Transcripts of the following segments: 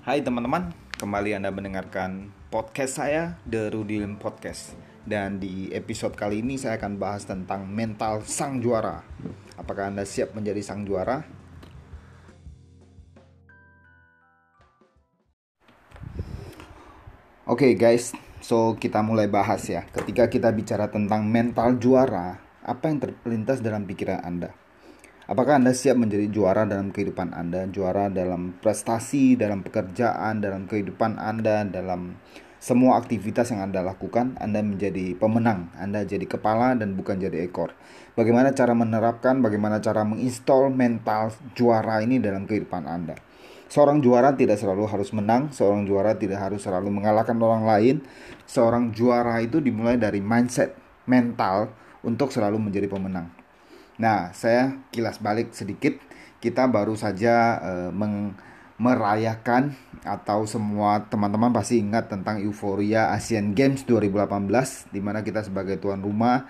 Hai teman-teman, kembali Anda mendengarkan podcast saya, The Rudilim Podcast. Dan di episode kali ini saya akan bahas tentang mental sang juara. Apakah Anda siap menjadi sang juara? Oke guys, so kita mulai bahas ya. Ketika kita bicara tentang mental juara, apa yang terlintas dalam pikiran Anda? Apakah Anda siap menjadi juara dalam kehidupan Anda? Juara dalam prestasi, dalam pekerjaan, dalam kehidupan Anda, dalam semua aktivitas yang Anda lakukan. Anda menjadi pemenang, Anda jadi kepala dan bukan jadi ekor. Bagaimana cara menerapkan, bagaimana cara menginstall mental juara ini dalam kehidupan Anda? Seorang juara tidak selalu harus menang, seorang juara tidak harus selalu mengalahkan orang lain. Seorang juara itu dimulai dari mindset, mental untuk selalu menjadi pemenang. Nah, saya kilas balik sedikit. Kita baru saja merayakan, atau semua teman-teman pasti ingat tentang euforia Asian Games 2018, di mana kita sebagai tuan rumah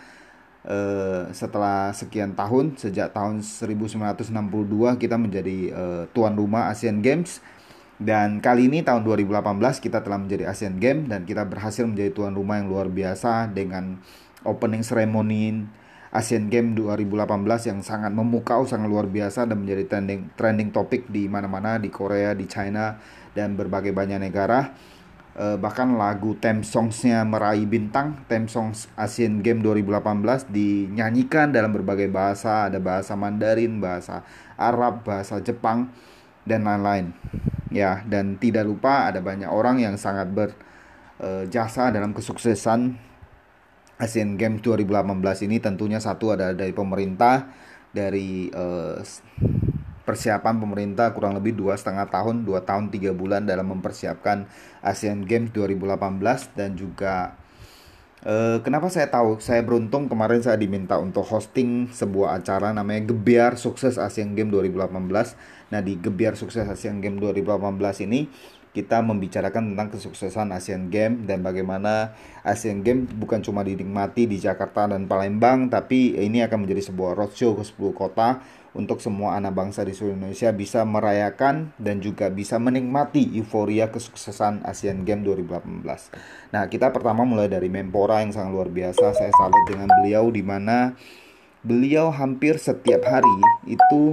setelah sekian tahun, sejak tahun 1962 kita menjadi tuan rumah Asian Games. Dan kali ini tahun 2018 kita telah menjadi Asian Games dan kita berhasil menjadi tuan rumah yang luar biasa dengan opening ceremony Asian Games 2018 yang sangat memukau, sangat luar biasa dan menjadi trending topik di mana-mana, di Korea, di China dan berbagai banyak negara. Bahkan lagu theme songs-nya meraih bintang. Theme songs Asian Games 2018 dinyanyikan dalam berbagai bahasa, ada bahasa Mandarin, bahasa Arab, bahasa Jepang dan lain-lain. Ya, dan tidak lupa ada banyak orang yang sangat berjasa dalam kesuksesan Asian Games 2018 ini. Tentunya satu ada dari pemerintah, dari persiapan pemerintah kurang lebih 2,5 tahun, 2 tahun 3 bulan dalam mempersiapkan Asian Games 2018. Dan juga kenapa saya tahu, saya beruntung kemarin saya diminta untuk hosting sebuah acara namanya Gebiar Sukses Asian Games 2018. Nah, di Gebiar Sukses Asian Games 2018 ini kita membicarakan tentang kesuksesan Asian Games dan bagaimana Asian Games bukan cuma dinikmati di Jakarta dan Palembang, tapi ini akan menjadi sebuah roadshow ke 10 kota untuk semua anak bangsa di seluruh Indonesia bisa merayakan dan juga bisa menikmati euforia kesuksesan Asian Games 2018. Nah, kita pertama mulai dari Menpora yang sangat luar biasa. Saya salut dengan beliau, di mana beliau hampir setiap hari itu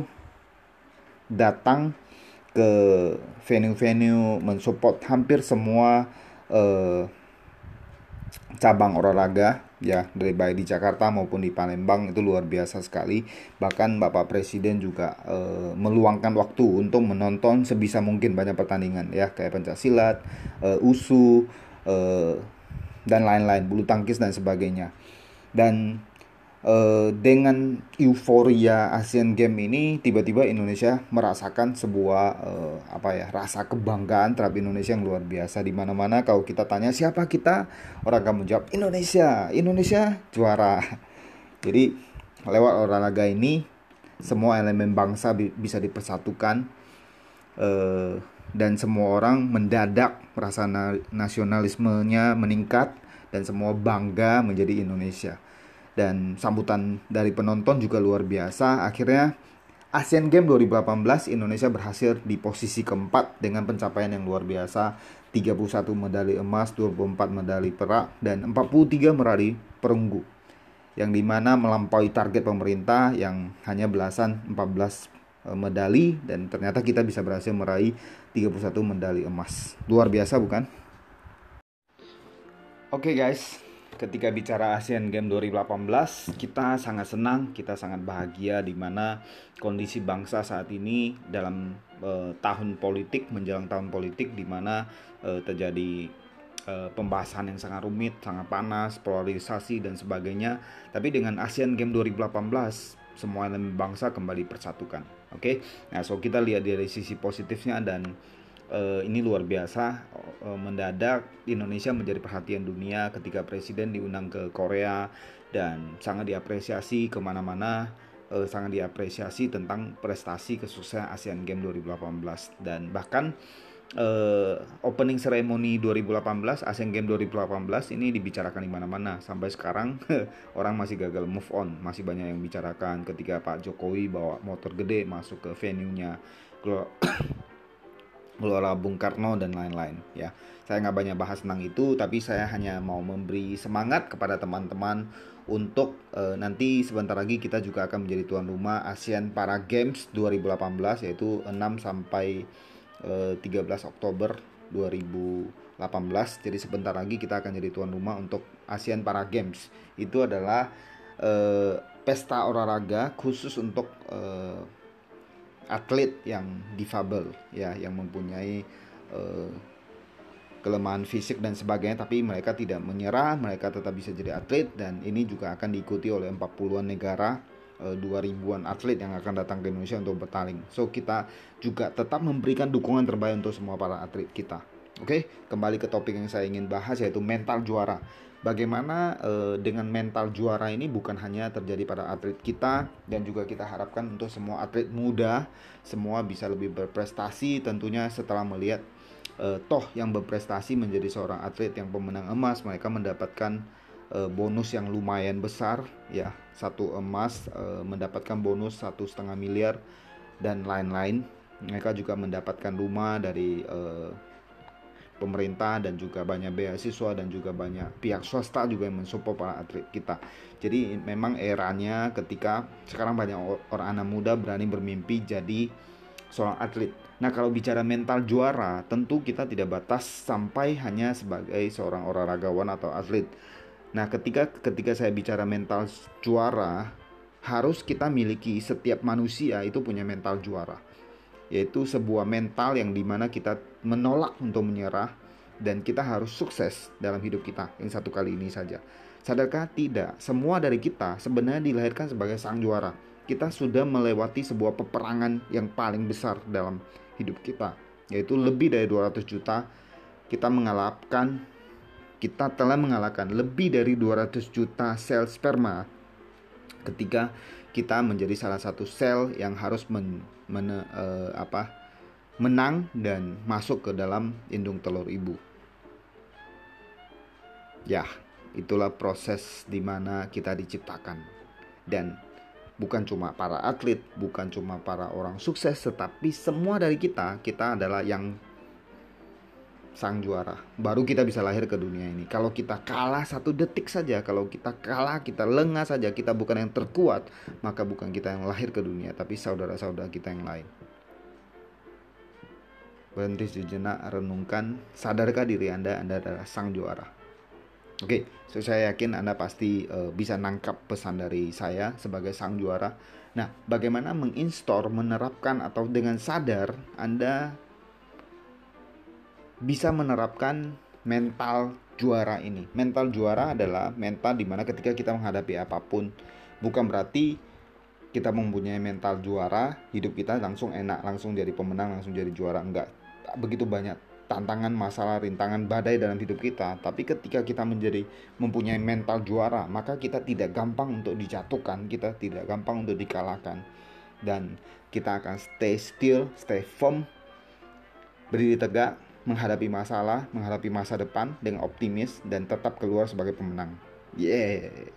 datang ke venue-venue mensupport hampir semua cabang olahraga ya, dari baik di Jakarta maupun di Palembang. Itu luar biasa sekali. Bahkan Bapak Presiden juga meluangkan waktu untuk menonton sebisa mungkin banyak pertandingan ya, kayak pencaksilat, usu, dan lain-lain, bulu tangkis dan sebagainya. Dan dengan euforia Asian Games ini, tiba-tiba Indonesia merasakan sebuah rasa kebanggaan terhadap Indonesia yang luar biasa. Di mana-mana kalau kita tanya siapa kita, orang akan menjawab Indonesia, Indonesia juara. Jadi lewat olahraga ini semua elemen bangsa bisa dipersatukan, dan semua orang mendadak rasa nasionalismenya meningkat dan semua bangga menjadi Indonesia. Dan sambutan dari penonton juga luar biasa. Akhirnya Asian Games 2018 Indonesia berhasil di posisi keempat dengan pencapaian yang luar biasa. 31 medali emas, 24 medali perak, dan 43 medali perunggu, yang dimana melampaui target pemerintah yang hanya belasan, 14 medali. Dan ternyata kita bisa berhasil meraih 31 medali emas. Luar biasa bukan? Oke guys, ketika bicara Asian Games 2018, kita sangat senang, kita sangat bahagia, di mana kondisi bangsa saat ini dalam tahun politik, menjelang tahun politik, di mana terjadi pembahasan yang sangat rumit, sangat panas, polarisasi dan sebagainya. Tapi dengan Asian Games 2018, semua elemen bangsa kembali persatukan. Oke, nah so kita lihat dari sisi positifnya. Dan ini luar biasa, mendadak Indonesia menjadi perhatian dunia ketika presiden diundang ke Korea, dan sangat diapresiasi kemana-mana, sangat diapresiasi tentang prestasi kesuksesan Asian Games 2018. Dan bahkan opening ceremony 2018, Asian Games 2018 ini dibicarakan di mana-mana sampai sekarang. Orang masih gagal move on, masih banyak yang bicarakan ketika Pak Jokowi bawa motor gede masuk ke venue-nya Gelora Bung Karno dan lain-lain ya. Saya nggak banyak bahas tentang itu, tapi saya hanya mau memberi semangat kepada teman-teman untuk nanti sebentar lagi kita juga akan menjadi tuan rumah Asian Para Games 2018, yaitu 6 sampai 13 Oktober 2018. Jadi sebentar lagi kita akan jadi tuan rumah untuk Asian Para Games. Itu adalah pesta olahraga khusus untuk atlet yang difabel ya, yang mempunyai kelemahan fisik dan sebagainya, tapi mereka tidak menyerah, mereka tetap bisa jadi atlet, dan ini juga akan diikuti oleh 40-an negara, 2000-an atlet yang akan datang ke Indonesia untuk bertanding. So kita juga tetap memberikan dukungan terbaik untuk semua para atlet kita. Oke, kembali ke topik yang saya ingin bahas, yaitu mental juara. Bagaimana dengan mental juara ini bukan hanya terjadi pada atlet kita, dan juga kita harapkan untuk semua atlet muda, semua bisa lebih berprestasi tentunya setelah melihat toh yang berprestasi menjadi seorang atlet yang pemenang emas, mereka mendapatkan bonus yang lumayan besar ya. Satu emas mendapatkan bonus 1,5 miliar dan lain-lain. Mereka juga mendapatkan rumah dari pemerintah, dan juga banyak beasiswa, dan juga banyak pihak swasta juga yang mensupport para atlet kita. Jadi memang eranya ketika sekarang banyak orang anak muda berani bermimpi jadi seorang atlet. Nah, kalau bicara mental juara, tentu kita tidak batas sampai hanya sebagai seorang olahragawan atau atlet. Nah, ketika saya bicara mental juara, harus kita miliki, setiap manusia itu punya mental juara, yaitu sebuah mental yang dimana kita menolak untuk menyerah, dan kita harus sukses dalam hidup kita yang satu kali ini saja. Sadarkah tidak, semua dari kita sebenarnya dilahirkan sebagai sang juara. Kita sudah melewati sebuah peperangan yang paling besar dalam hidup kita, yaitu lebih dari 200 juta. Kita telah mengalahkan lebih dari 200 juta sel sperma ketika kita menjadi salah satu sel yang harus menang dan masuk ke dalam indung telur ibu. Ya, itulah proses di mana kita diciptakan. Dan bukan cuma para atlet, bukan cuma para orang sukses, tetapi semua dari kita adalah yang sang juara. Baru kita bisa lahir ke dunia ini. Kalau kita kalah 1 detik saja, kalau kita kalah, kita lengah saja, kita bukan yang terkuat, maka bukan kita yang lahir ke dunia, tapi saudara-saudara kita yang lain. Berhenti sejenak, renungkan, sadarkah diri Anda adalah sang juara. Oke, so saya yakin Anda pasti bisa nangkap pesan dari saya sebagai sang juara. Nah, bagaimana menerapkan, atau dengan sadar Anda bisa menerapkan mental juara ini. Mental juara adalah mental dimana ketika kita menghadapi apapun, bukan berarti kita mempunyai mental juara, hidup kita langsung enak, langsung jadi pemenang, langsung jadi juara. Enggak, begitu banyak tantangan, masalah, rintangan, badai dalam hidup kita. Tapi ketika kita mempunyai mental juara, maka kita tidak gampang untuk dijatuhkan, kita tidak gampang untuk dikalahkan, dan kita akan stay still, stay firm, berdiri tegak, menghadapi masalah, menghadapi masa depan dengan optimis, dan tetap keluar sebagai pemenang. Yeah.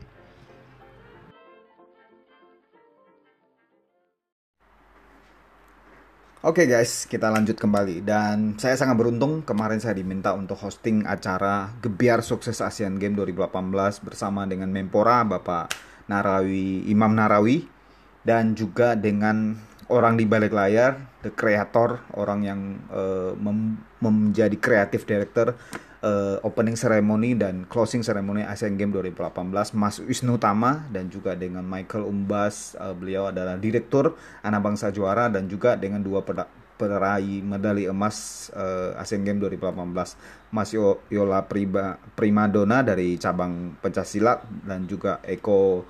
Oke guys, kita lanjut kembali. Dan saya sangat beruntung, kemarin saya diminta untuk hosting acara Gebiar Sukses Asian Games 2018 bersama dengan Menpora Bapak Imam Nahrawi, dan juga dengan orang di balik layar, the creator, orang yang menjadi creative director opening ceremony dan closing ceremony Asian Games 2018, Mas Wisnu Tama, dan juga dengan Michael Umbas, beliau adalah direktur Anak Bangsa Juara, dan juga dengan dua peraih medali emas Asian Games 2018, Mas Yola Primadona dari cabang pencaksilat, dan juga Eko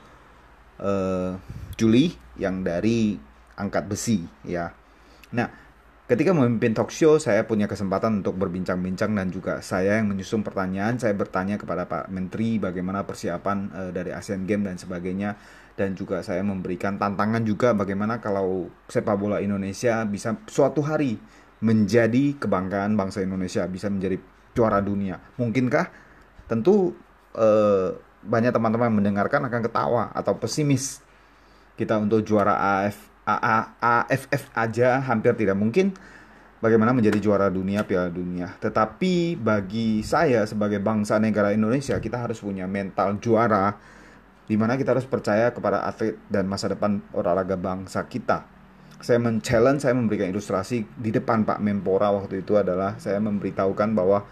Juli yang dari angkat besi ya. Nah, ketika memimpin talk show, saya punya kesempatan untuk berbincang-bincang, dan juga saya yang menyusun pertanyaan. Saya bertanya kepada Pak Menteri bagaimana persiapan dari Asian Games dan sebagainya, dan juga saya memberikan tantangan juga bagaimana kalau sepak bola Indonesia bisa suatu hari menjadi kebanggaan bangsa Indonesia, bisa menjadi juara dunia. Mungkinkah? Tentu banyak teman-teman yang mendengarkan akan ketawa atau pesimis. Kita untuk juara AFF aja hampir tidak mungkin. bagaimana menjadi juara dunia Piala Dunia. Tetapi bagi saya sebagai bangsa negara Indonesia, kita harus punya mental juara, di mana kita harus percaya kepada atlet dan masa depan olahraga bangsa kita. Saya men-challenge, saya memberikan ilustrasi di depan Pak Menpora waktu itu adalah saya memberitahukan bahwa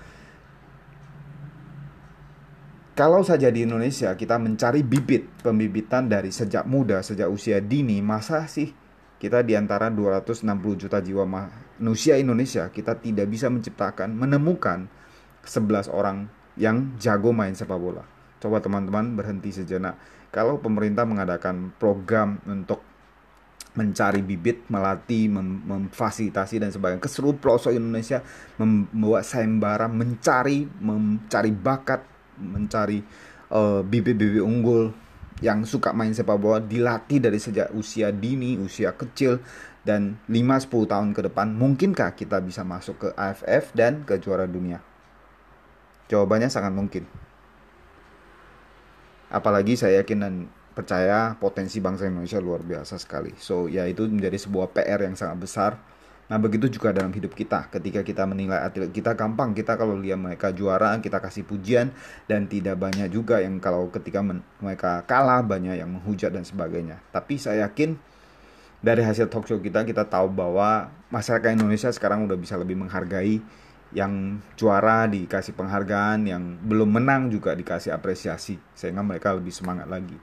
kalau saja di Indonesia kita mencari pembibitan dari sejak muda, sejak usia dini, masa sih kita di antara 260 juta jiwa manusia Indonesia, kita tidak bisa menemukan 11 orang yang jago main sepak bola. Coba teman-teman berhenti sejenak. Kalau pemerintah mengadakan program untuk mencari bibit, melatih, memfasilitasi dan sebagainya ke seluruh pelosok Indonesia, membawa sayembara mencari bakat, mencari bibit-bibit unggul yang suka main sepak bola, dilatih dari sejak usia dini, usia kecil, dan 5-10 tahun ke depan, mungkinkah kita bisa masuk ke AFF dan ke juara dunia? Jawabannya sangat mungkin. Apalagi saya yakin dan percaya potensi bangsa Indonesia luar biasa sekali. So, ya itu menjadi sebuah PR yang sangat besar. Nah, begitu juga dalam hidup kita. Ketika kita menilai atlet kita, gampang kita kalau lihat mereka juara, kita kasih pujian. Dan tidak banyak juga yang kalau ketika mereka kalah, banyak yang menghujat dan sebagainya. Tapi saya yakin dari hasil talk show kita tahu bahwa masyarakat Indonesia sekarang udah bisa lebih menghargai. Yang juara dikasih penghargaan, yang belum menang juga dikasih apresiasi. Sehingga mereka lebih semangat lagi.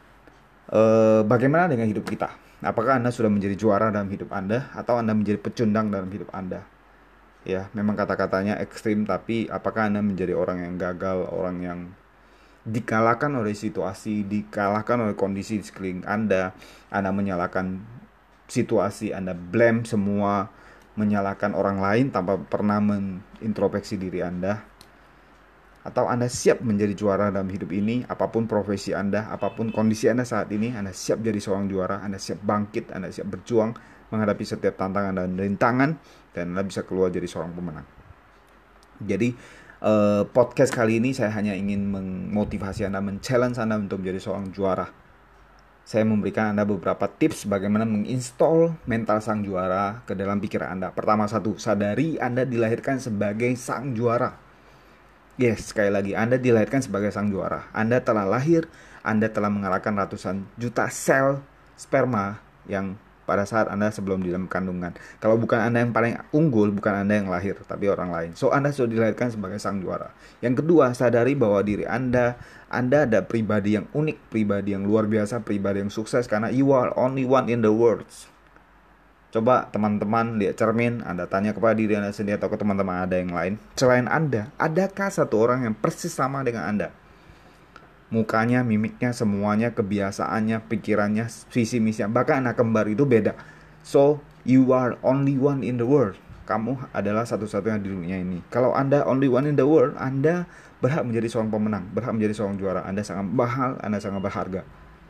Bagaimana dengan hidup kita? Apakah Anda sudah menjadi juara dalam hidup Anda atau Anda menjadi pecundang dalam hidup Anda? Ya, memang kata-katanya ekstrim, tapi apakah Anda menjadi orang yang gagal, orang yang dikalahkan oleh situasi, dikalahkan oleh kondisi di sekeliling Anda menyalahkan situasi, Anda blame semua, menyalahkan orang lain tanpa pernah mengintrospeksi diri Anda? Atau Anda siap menjadi juara dalam hidup ini, apapun profesi Anda, apapun kondisi Anda saat ini, Anda siap jadi seorang juara, Anda siap bangkit, Anda siap berjuang menghadapi setiap tantangan dan rintangan, dan Anda bisa keluar jadi seorang pemenang. Jadi podcast kali ini saya hanya ingin memotivasi Anda, men-challenge Anda untuk menjadi seorang juara. Saya memberikan Anda beberapa tips bagaimana menginstall mental sang juara ke dalam pikiran Anda. Pertama, sadari Anda dilahirkan sebagai sang juara. Yes, sekali lagi, Anda dilahirkan sebagai sang juara. Anda telah lahir, Anda telah mengalahkan ratusan juta sel sperma yang pada saat Anda sebelum di dalam kandungan. Kalau bukan Anda yang paling unggul, bukan Anda yang lahir, tapi orang lain. So, Anda sudah dilahirkan sebagai sang juara. Yang kedua, sadari bahwa diri Anda ada pribadi yang unik, pribadi yang luar biasa, pribadi yang sukses, karena you are only one in the world. Coba teman-teman lihat cermin, Anda tanya kepada diri Anda sendiri atau ke teman-teman Anda yang lain. Selain Anda, adakah satu orang yang persis sama dengan Anda? Mukanya, mimiknya, semuanya, kebiasaannya, pikirannya, visi misinya, bahkan anak kembar itu beda. So, you are only one in the world. Kamu adalah satu-satunya di dunia ini. Kalau Anda only one in the world, Anda berhak menjadi seorang pemenang, berhak menjadi seorang juara. Anda sangat mahal, Anda sangat berharga.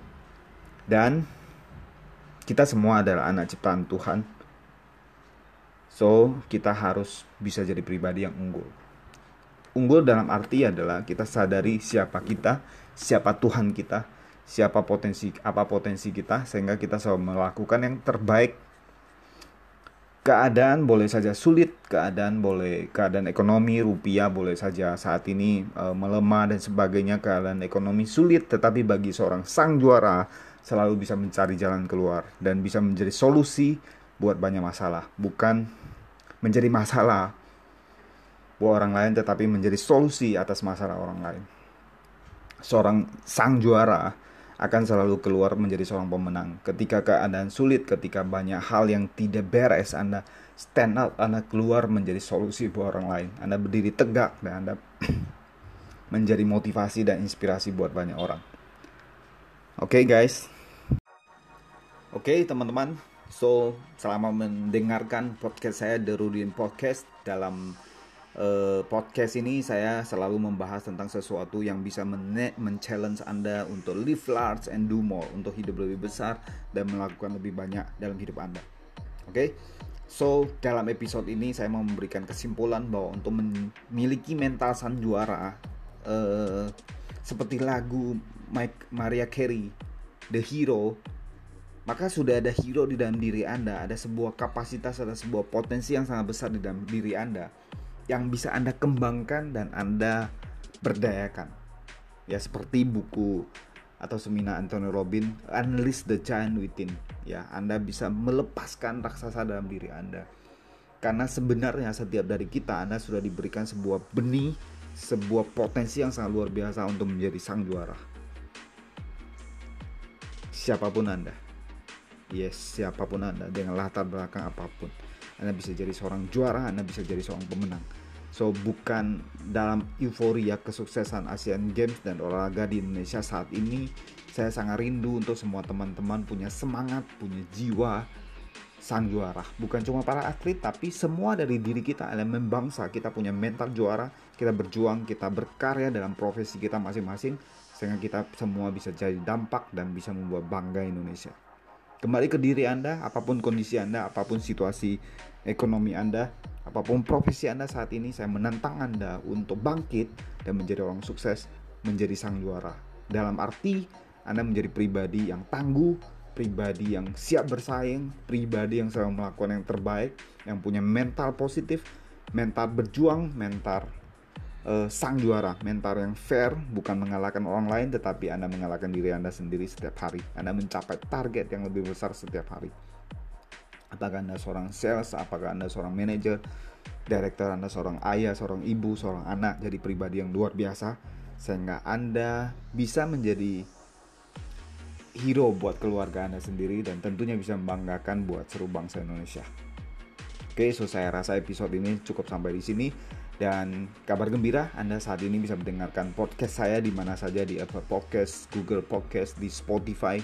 Dan kita semua adalah anak ciptaan Tuhan. So, kita harus bisa jadi pribadi yang unggul. Unggul dalam arti adalah kita sadari siapa kita, siapa Tuhan kita, apa potensi kita, sehingga kita selalu melakukan yang terbaik. Keadaan boleh saja sulit, keadaan ekonomi, rupiah boleh saja saat ini melemah dan sebagainya, keadaan ekonomi sulit, tetapi bagi seorang sang juara selalu bisa mencari jalan keluar dan bisa menjadi solusi buat banyak masalah. Bukan menjadi masalah buat orang lain, tetapi menjadi solusi atas masalah orang lain. Seorang sang juara akan selalu keluar menjadi seorang pemenang. Ketika keadaan sulit, ketika banyak hal yang tidak beres, Anda stand up, Anda keluar menjadi solusi buat orang lain. Anda berdiri tegak dan Anda menjadi motivasi dan inspirasi buat banyak orang. Oke, guys. Oke, teman-teman. So, selama mendengarkan podcast saya, The Rudin Podcast, dalam podcast ini saya selalu membahas tentang sesuatu yang bisa men-challenge Anda untuk live large and do more, untuk hidup lebih besar dan melakukan lebih banyak dalam hidup Anda. Oke? So, dalam episode ini saya mau memberikan kesimpulan bahwa untuk memiliki mental sang juara, seperti lagu Mariah Carey, The Hero, maka sudah ada hero di dalam diri Anda, ada sebuah kapasitas, ada sebuah potensi yang sangat besar di dalam diri Anda yang bisa Anda kembangkan dan Anda berdayakan. Ya, seperti buku atau seminar Anthony Robbins, Unleash the Giant Within. Ya, Anda bisa melepaskan raksasa dalam diri Anda. Karena sebenarnya setiap dari kita, Anda sudah diberikan sebuah benih, sebuah potensi yang sangat luar biasa untuk menjadi sang juara. Siapapun Anda. Yes, siapapun Anda, dengan latar belakang apapun, Anda bisa jadi seorang juara, Anda bisa jadi seorang pemenang. So, bukan dalam euforia kesuksesan Asian Games dan olahraga di Indonesia saat ini, saya sangat rindu untuk semua teman-teman punya semangat, punya jiwa sang juara. Bukan cuma para atlet, tapi semua dari diri kita, elemen bangsa. Kita punya mental juara, kita berjuang, kita berkarya dalam profesi kita masing-masing, sehingga kita semua bisa jadi dampak dan bisa membuat bangga Indonesia. Kembali ke diri Anda, apapun kondisi Anda, apapun situasi ekonomi Anda, apapun profesi Anda saat ini, saya menantang Anda untuk bangkit dan menjadi orang sukses, menjadi sang juara. Dalam arti, Anda menjadi pribadi yang tangguh, pribadi yang siap bersaing, pribadi yang selalu melakukan yang terbaik, yang punya mental positif, mental berjuang, mental sang juara, mental yang fair, bukan mengalahkan orang lain, tetapi Anda mengalahkan diri Anda sendiri setiap hari. Anda mencapai target yang lebih besar setiap hari. Apakah Anda seorang sales, apakah Anda seorang manajer, director, Anda seorang ayah, seorang ibu, seorang anak, jadi pribadi yang luar biasa, sehingga Anda bisa menjadi hero buat keluarga Anda sendiri dan tentunya bisa membanggakan buat seluruh bangsa Indonesia. Oke, so saya rasa episode ini cukup sampai di sini. Dan kabar gembira, Anda saat ini bisa mendengarkan podcast saya di mana saja, di Apple Podcast, Google Podcast, di Spotify,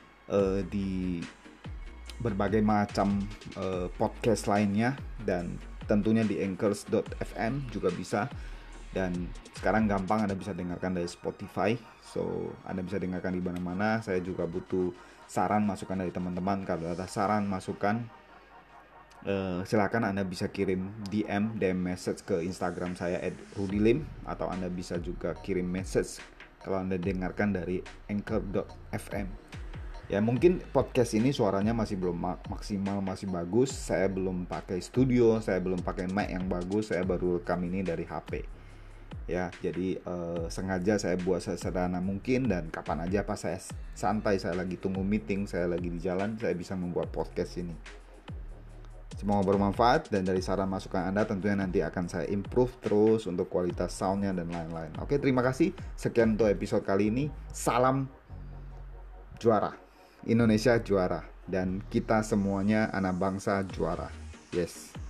di berbagai macam podcast lainnya, dan tentunya di anchors.fm juga bisa. Dan sekarang gampang Anda bisa dengarkan dari Spotify, so Anda bisa dengarkan di mana-mana. Saya juga butuh saran masukan dari teman-teman. Kalau ada saran masukan, silakan Anda bisa kirim DM message ke Instagram saya @rudilim, atau Anda bisa juga kirim message kalau Anda dengarkan dari anchor.fm. Ya, mungkin podcast ini suaranya masih belum maksimal, masih bagus. Saya belum pakai studio, saya belum pakai mic yang bagus, saya baru rekam ini dari HP. Ya, jadi sengaja saya buat sesederhana mungkin, dan kapan aja pas saya santai, saya lagi tunggu meeting, saya lagi di jalan, saya bisa membuat podcast ini. Semoga bermanfaat, dan dari saran masukan Anda tentunya nanti akan saya improve terus untuk kualitas soundnya dan lain-lain. Oke, terima kasih. Sekian untuk episode kali ini. Salam juara. Indonesia juara. Dan kita semuanya anak bangsa juara. Yes.